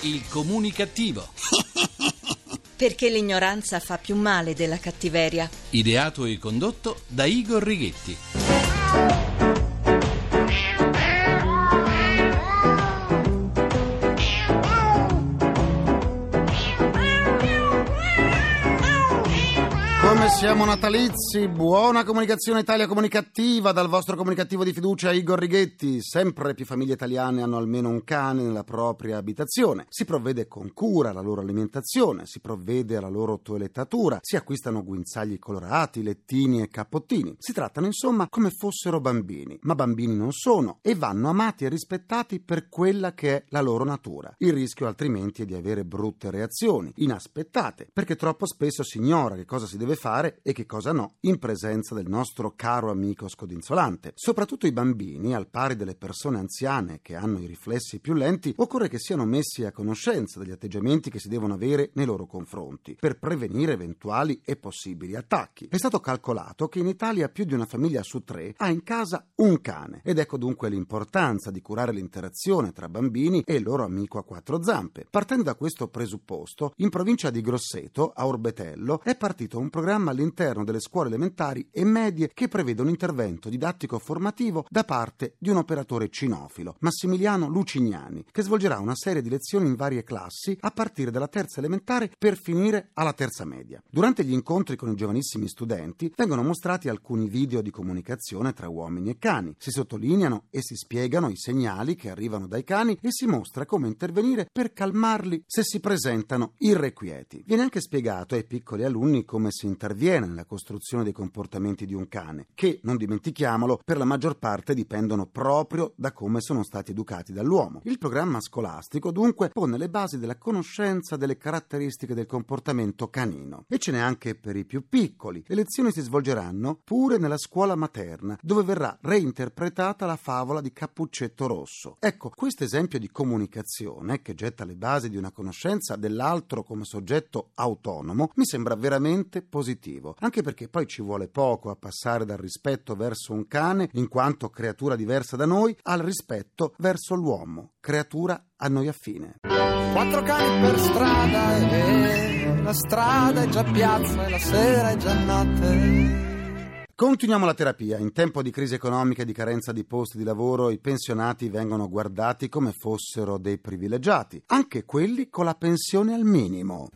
il comunicativo. Perché l'ignoranza fa più male della cattiveria. Ideato e condotto da Igor Righetti. Come siamo natalizi, buona comunicazione Italia comunicativa dal vostro comunicativo di fiducia Igor Righetti. Sempre più famiglie italiane hanno almeno un cane nella propria abitazione. Si provvede con cura alla loro alimentazione, si provvede alla loro toilettatura, si acquistano guinzagli colorati, lettini e cappottini. Si trattano insomma come fossero bambini, ma bambini non sono e vanno amati e rispettati per quella che è la loro natura. Il rischio altrimenti è di avere brutte reazioni, inaspettate, perché troppo spesso si ignora che cosa si deve fare e che cosa no in presenza del nostro caro amico scodinzolante. Soprattutto i bambini, al pari delle persone anziane che hanno i riflessi più lenti, occorre che siano messi a conoscenza degli atteggiamenti che si devono avere nei loro confronti per prevenire eventuali e possibili attacchi. È stato calcolato che in Italia più di una famiglia su 3 ha in casa un cane ed ecco dunque l'importanza di curare l'interazione tra bambini e il loro amico a quattro zampe. Partendo da questo presupposto, in provincia di Grosseto, a Orbetello, è partito un programma all'interno delle scuole elementari e medie che prevede un intervento didattico-formativo da parte di un operatore cinofilo, Massimiliano Lucignani, che svolgerà una serie di lezioni in varie classi a partire dalla terza elementare per finire alla terza media. Durante gli incontri con i giovanissimi studenti vengono mostrati alcuni video di comunicazione tra uomini e cani. Si sottolineano e si spiegano i segnali che arrivano dai cani e si mostra come intervenire per calmarli se si presentano irrequieti. Viene anche spiegato ai piccoli alunni come si interviene nella costruzione dei comportamenti di un cane, che, non dimentichiamolo, per la maggior parte dipendono proprio da come sono stati educati dall'uomo. Il programma scolastico, dunque, pone le basi della conoscenza delle caratteristiche del comportamento canino. E ce n'è anche per i più piccoli. Le lezioni si svolgeranno pure nella scuola materna, dove verrà reinterpretata la favola di Cappuccetto Rosso. Ecco, questo esempio di comunicazione, che getta le basi di una conoscenza dell'altro come soggetto autonomo, mi sembra veramente positivo, anche perché poi ci vuole poco a passare dal rispetto verso un cane, in quanto creatura diversa da noi, al rispetto verso l'uomo, creatura a noi affine. 4 cani per strada e la strada è già piazza e la sera è già notte. Continuiamo la terapia. In tempo di crisi economica e di carenza di posti di lavoro, i pensionati vengono guardati come fossero dei privilegiati, anche quelli con la pensione al minimo.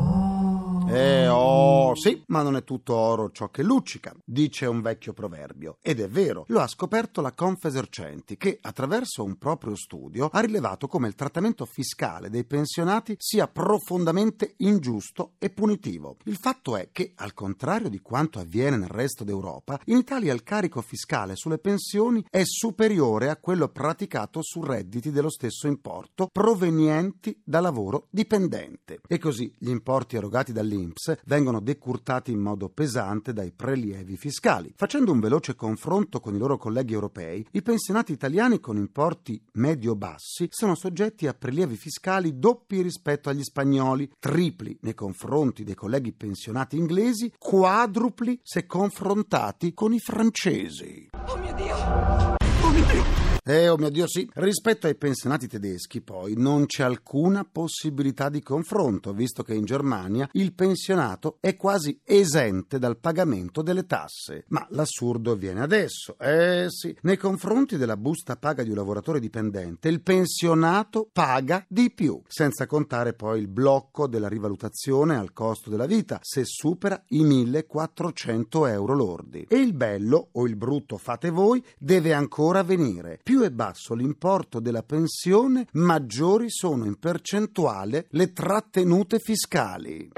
Sì, ma non è tutto oro ciò che luccica, dice un vecchio proverbio. Ed è vero, lo ha scoperto la Confesercenti, che attraverso un proprio studio ha rilevato come il trattamento fiscale dei pensionati sia profondamente ingiusto e punitivo. Il fatto è che, al contrario di quanto avviene nel resto d'Europa, in Italia il carico fiscale sulle pensioni è superiore a quello praticato su redditi dello stesso importo provenienti da lavoro dipendente. E così gli importi erogati dall'INPS vengono decurtati in modo pesante dai prelievi fiscali. Facendo un veloce confronto con i loro colleghi europei, i pensionati italiani con importi medio-bassi sono soggetti a prelievi fiscali doppi rispetto agli spagnoli, tripli nei confronti dei colleghi pensionati inglesi, quadrupli se confrontati con i francesi. Oh mio Dio! Oh mio Dio! Oh mio Dio, sì. Rispetto ai pensionati tedeschi, poi, non c'è alcuna possibilità di confronto, visto che in Germania il pensionato è quasi esente dal pagamento delle tasse. Ma l'assurdo viene adesso. Sì. Nei confronti della busta paga di un lavoratore dipendente, il pensionato paga di più, senza contare poi il blocco della rivalutazione al costo della vita, se supera i 1.400 euro lordi. E il bello, o il brutto fate voi, deve ancora venire. Più è basso l'importo della pensione, maggiori sono in percentuale le trattenute fiscali.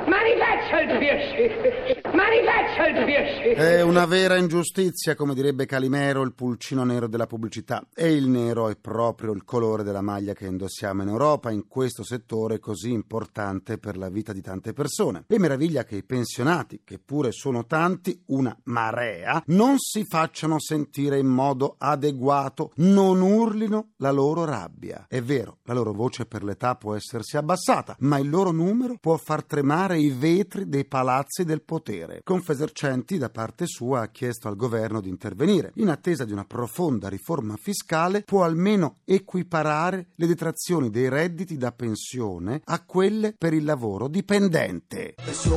È una vera ingiustizia, come direbbe Calimero, il pulcino nero della pubblicità. E il nero è proprio il colore della maglia che indossiamo in Europa, in questo settore così importante per la vita di tante persone. E meraviglia che i pensionati, che pure sono tanti, una marea, non si facciano sentire in modo adeguato, non urlino la loro rabbia. È vero, la loro voce per l'età può essersi abbassata, ma il loro numero può far tremare i vetri dei palazzi del potere. potere. Confesercenti, da parte sua, ha chiesto al governo di intervenire. In attesa di una profonda riforma fiscale, può almeno equiparare le detrazioni dei redditi da pensione a quelle per il lavoro dipendente.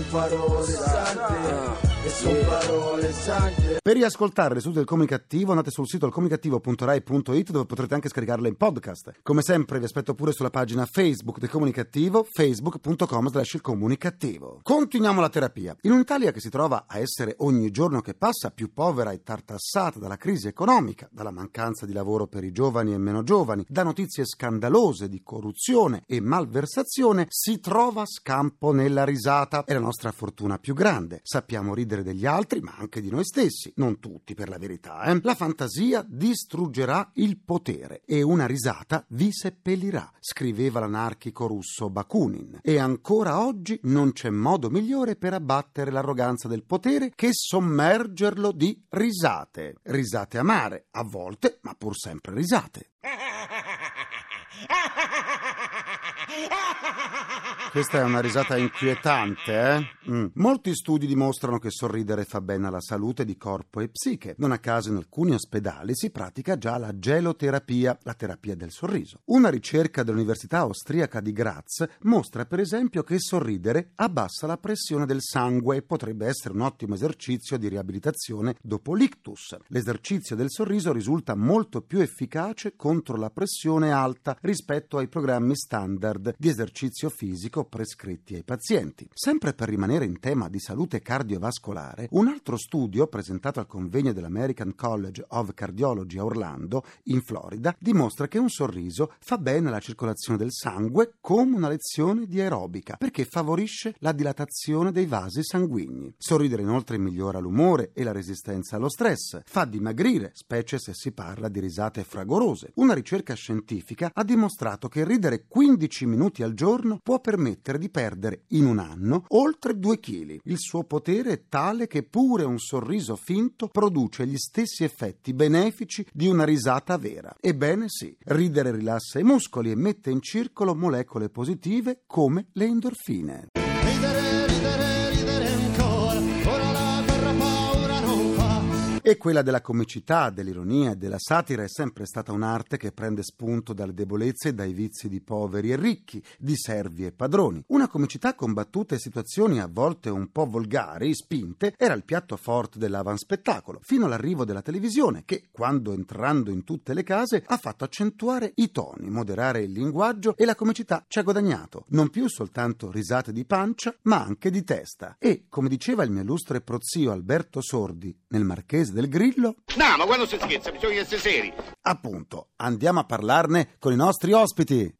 Per riascoltare le sedute del Comunicativo andate sul sito alcomunicativo.rai.it, dove potrete anche scaricarle in podcast. Come sempre vi aspetto pure sulla pagina Facebook del Comunicativo, facebook.com/ilcomunicativo. Continuiamo la terapia. In un'Italia che si trova a essere ogni giorno che passa più povera e tartassata dalla crisi economica, dalla mancanza di lavoro per i giovani e meno giovani, da notizie scandalose di corruzione e malversazione, si trova scampo nella risata. È la nostra fortuna più grande. Sappiamo ridere degli altri, ma anche di noi stessi. Non tutti, per la verità. La fantasia distruggerà il potere e una risata vi seppellirà, scriveva l'anarchico russo Bakunin. E ancora oggi non c'è modo migliore per abbattere l'arroganza del potere che sommergerlo di risate. Risate amare, a volte, ma pur sempre risate. Questa è una risata inquietante, Molti studi dimostrano che sorridere fa bene alla salute di corpo e psiche. Non a caso in alcuni ospedali si pratica già la geloterapia, la terapia del sorriso. Una ricerca dell'Università austriaca di Graz mostra per esempio che sorridere abbassa la pressione del sangue e potrebbe essere un ottimo esercizio di riabilitazione dopo l'ictus. L'esercizio del sorriso risulta molto più efficace contro la pressione alta rispetto ai programmi standard di esercizio fisico prescritti ai pazienti. Sempre per rimanere in tema di salute cardiovascolare, un altro studio presentato al convegno dell'American College of Cardiology a Orlando, in Florida, dimostra che un sorriso fa bene alla circolazione del sangue come una lezione di aerobica, perché favorisce la dilatazione dei vasi sanguigni. Sorridere inoltre migliora l'umore e la resistenza allo stress, fa dimagrire, specie se si parla di risate fragorose. Una ricerca scientifica ha dimostrato che ridere 15 minuti al giorno può permettere di perdere in un anno oltre 2 chili. Il suo potere è tale che pure un sorriso finto produce gli stessi effetti benefici di una risata vera. Ebbene sì, ridere rilassa i muscoli e mette in circolo molecole positive come le endorfine. Ridere ancora, ora la guerra paura non fa. E quella della comicità, dell'ironia e della satira è sempre stata un'arte che prende spunto dalle debolezze e dai vizi di poveri e ricchi, di servi e padroni. Una comicità combattuta in situazioni a volte un po' volgari, spinte, era il piatto forte dell'avanspettacolo, fino all'arrivo della televisione che, quando entrando in tutte le case, ha fatto accentuare i toni, moderare il linguaggio e la comicità ci ha guadagnato. Non più soltanto risate di pancia, ma anche di testa. E, come diceva il mio illustre prozio Alberto Sordi nel Marchese del Grillo, no, ma quando si scherza bisogna essere seri. Appunto, andiamo a parlarne con i nostri ospiti.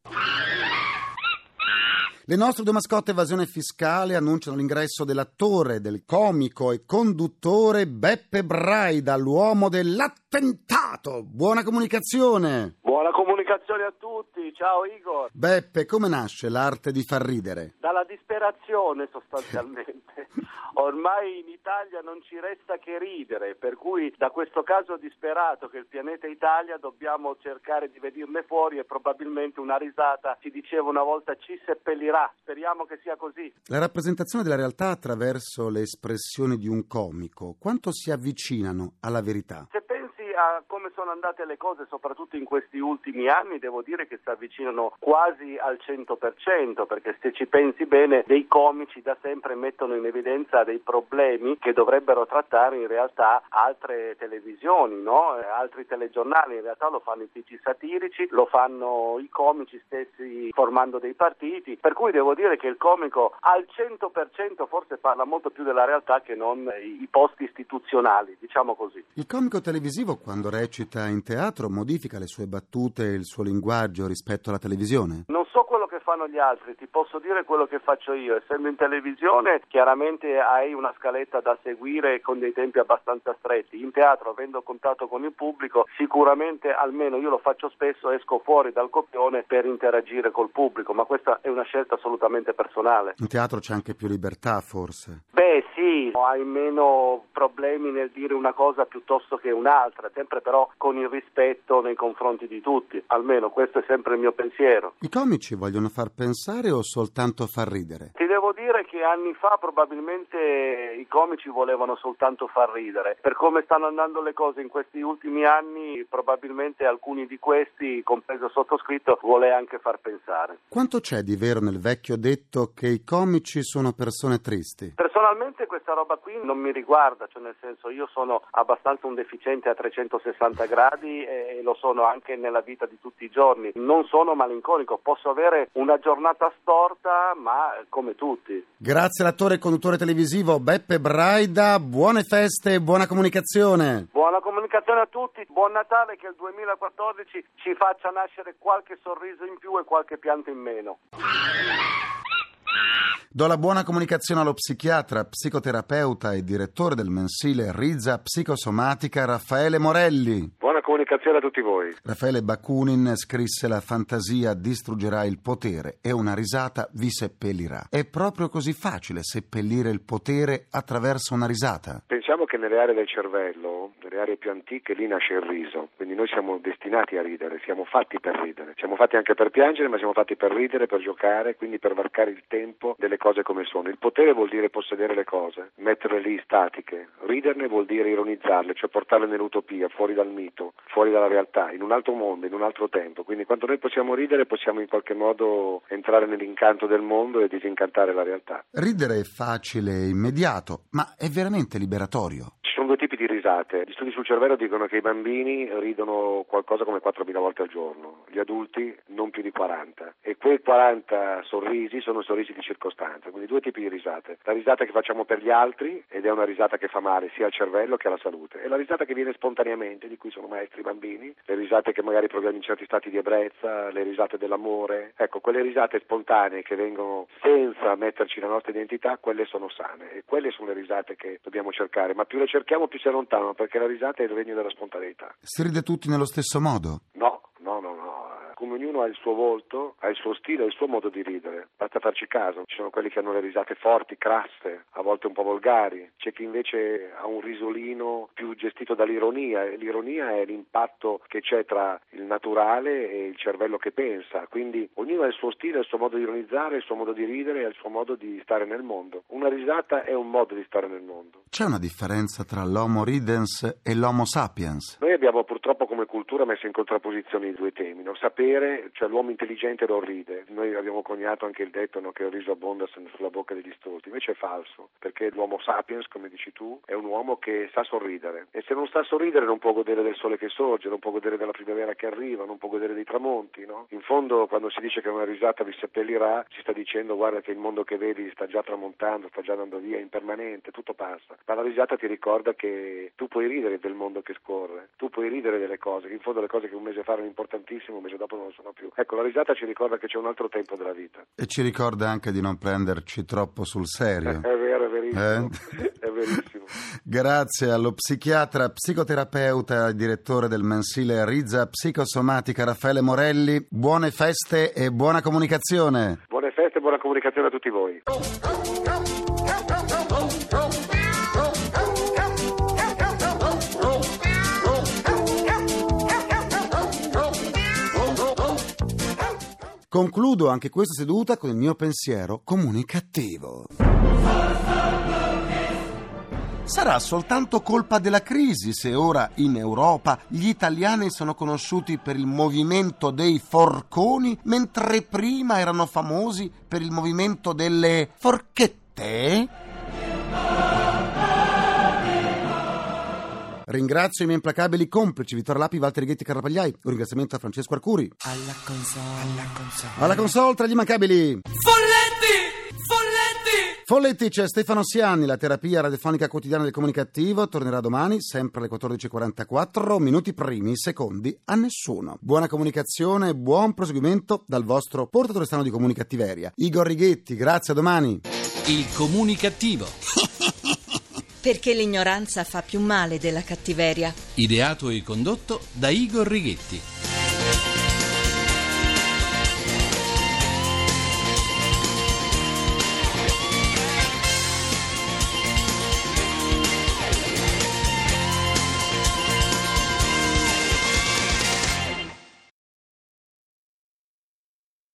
Le nostre due mascotte Evasione Fiscale annunciano l'ingresso dell'attore, del comico e conduttore Beppe Braida, l'uomo dell'attentato. Buona comunicazione! Buona comunicazione a tutti, ciao Igor. Beppe, come nasce l'arte di far ridere? Dalla disperazione sostanzialmente. Ormai in Italia non ci resta che ridere, per cui da questo caso disperato che è il pianeta Italia dobbiamo cercare di venirne fuori e probabilmente una risata, si diceva una volta, ci seppellirà. Speriamo che sia così. La rappresentazione della realtà attraverso le espressioni di un comico, quanto si avvicinano alla verità? Se pensi a come sono andate le cose, soprattutto in questi ultimi anni, devo dire che si avvicinano quasi al 100%, perché se ci pensi bene, dei comici da sempre mettono in evidenza dei problemi che dovrebbero trattare in realtà altre televisioni, no? Altri telegiornali. In realtà lo fanno i TG satirici, lo fanno i comici stessi formando dei partiti, per cui devo dire che il comico al 100% forse parla molto più della realtà che non i posti istituzionali, diciamo così. Il comico televisivo, quando recita in teatro, modifica le sue battute e il suo linguaggio rispetto alla televisione? Non so quello che fanno gli altri, ti posso dire quello che faccio io. Essendo in televisione, chiaramente hai una scaletta da seguire con dei tempi abbastanza stretti. In teatro, avendo contatto con il pubblico, sicuramente, almeno io lo faccio spesso, esco fuori dal copione per interagire col pubblico, ma questa è una scelta assolutamente personale. In teatro c'è anche più libertà, forse? Beh, sì, Sì, hai meno problemi nel dire una cosa piuttosto che un'altra, sempre però con il rispetto nei confronti di tutti, almeno questo è sempre il mio pensiero. I comici vogliono far pensare o soltanto far ridere? Ti devo dire che anni fa probabilmente i comici volevano soltanto far ridere. Per come stanno andando le cose in questi ultimi anni, probabilmente alcuni di questi, compreso sottoscritto, vuole anche far pensare. Quanto c'è di vero nel vecchio detto che i comici sono persone tristi? Personalmente questa roba qui non mi riguarda, cioè nel senso io sono abbastanza un deficiente a 360 gradi e lo sono anche nella vita di tutti i giorni. Non sono malinconico, posso avere una giornata storta, ma come tutti. Grazie all'attore e conduttore televisivo Beppe Braida, buone feste e buona comunicazione. Buona comunicazione a tutti, buon Natale, che il 2014 ci faccia nascere qualche sorriso in più e qualche pianto in meno. Do la buona comunicazione allo psichiatra, psicoterapeuta e direttore del mensile Rizza Psicosomatica Raffaele Morelli. Buona comunicazione a tutti voi. Raffaele Bakunin scrisse: la fantasia distruggerà il potere e una risata vi seppellirà. È proprio così facile seppellire il potere attraverso una risata? Pensiamo che nelle aree del cervello, nelle aree più antiche, lì nasce il riso, quindi noi siamo destinati a ridere, siamo fatti per ridere, siamo fatti anche per piangere, ma siamo fatti per ridere, per giocare, quindi per varcare il tempo delle cose come sono. Il potere vuol dire possedere le cose, metterle lì statiche. Riderne vuol dire ironizzarle, cioè portarle nell'utopia, fuori dal mito, fuori dalla realtà, in un altro mondo, in un altro tempo. Quindi quando noi possiamo ridere possiamo in qualche modo entrare nell'incanto del mondo e disincantare la realtà. Ridere è facile e immediato, ma è veramente liberatorio. Ci sono due tipi di risate. Gli studi sul cervello dicono che i bambini ridono qualcosa come 4.000 volte al giorno, gli adulti non più di 40, e quei 40 sorrisi sono sorrisi di circostanza, quindi due tipi di risate. La risata che facciamo per gli altri, ed è una risata che fa male sia al cervello che alla salute, e la risata che viene spontaneamente, di cui sono maestri i bambini, le risate che magari proviamo in certi stati di ebbrezza, le risate dell'amore. Ecco, quelle risate spontanee che vengono senza metterci la nostra identità, quelle sono sane, e quelle sono le risate che dobbiamo cercare, ma più le cerchiamo più si allontanano, perché la risata è il regno della spontaneità. Si ride tutti nello stesso modo? No. Come ognuno ha il suo volto, ha il suo stile, ha il suo modo di ridere. Basta farci caso. Ci sono quelli che hanno le risate forti, crasse, a volte un po' volgari. C'è chi invece ha un risolino più gestito dall'ironia. E l'ironia è l'impatto che c'è tra il naturale e il cervello che pensa. Quindi ognuno ha il suo stile, il suo modo di ironizzare, il suo modo di ridere e il suo modo di stare nel mondo. Una risata è un modo di stare nel mondo. C'è una differenza tra l'Homo ridens e l'Homo sapiens? Noi abbiamo purtroppo come cultura messo in contrapposizione i due temi, no? Sapere, cioè l'uomo intelligente non ride. Noi abbiamo coniato anche il detto, no, che il riso abbonda sulla bocca degli stolti. Invece è falso, perché l'uomo sapiens, come dici tu, è un uomo che sa sorridere. E se non sa sorridere non può godere del sole che sorge, non può godere della primavera che arriva, non può godere dei tramonti, no? In fondo, quando si dice che una risata vi seppellirà, si sta dicendo: guarda che il mondo che vedi sta già tramontando, sta già andando via, è impermanente, tutto passa. Ma la risata ti ricorda che tu puoi ridere del mondo che scorre, tu puoi ridere delle cose, che in fondo le cose che un mese fa erano importantissime, un mese dopo non lo sono più. Ecco, la risata ci ricorda che c'è un altro tempo della vita. E ci ricorda anche di non prenderci troppo sul serio. È vero, è verissimo. È verissimo. Grazie allo psichiatra, psicoterapeuta e direttore del mensile Rizza Psicosomatica Raffaele Morelli. Buone feste e buona comunicazione. Buone feste e buona comunicazione a tutti voi. Concludo anche questa seduta con il mio pensiero comunicativo. Sarà soltanto colpa della crisi se ora in Europa gli italiani sono conosciuti per il movimento dei forconi, mentre prima erano famosi per il movimento delle forchette? Ringrazio i miei implacabili complici Vittorio Lapi, Walter Righetti, Carla Pagliai. Un ringraziamento a Francesco Arcuri. Alla console tra gli immancabili Folletti, c'è Stefano Sianni. La terapia radiofonica quotidiana del comunicativo tornerà domani, sempre alle 14.44, minuti primi, secondi a nessuno. Buona comunicazione e buon proseguimento dal vostro portatore strano di comunicattiveria, Igor Righetti. Grazie, a domani. Il comunicativo. Perché l'ignoranza fa più male della cattiveria. Ideato e condotto da Igor Righetti.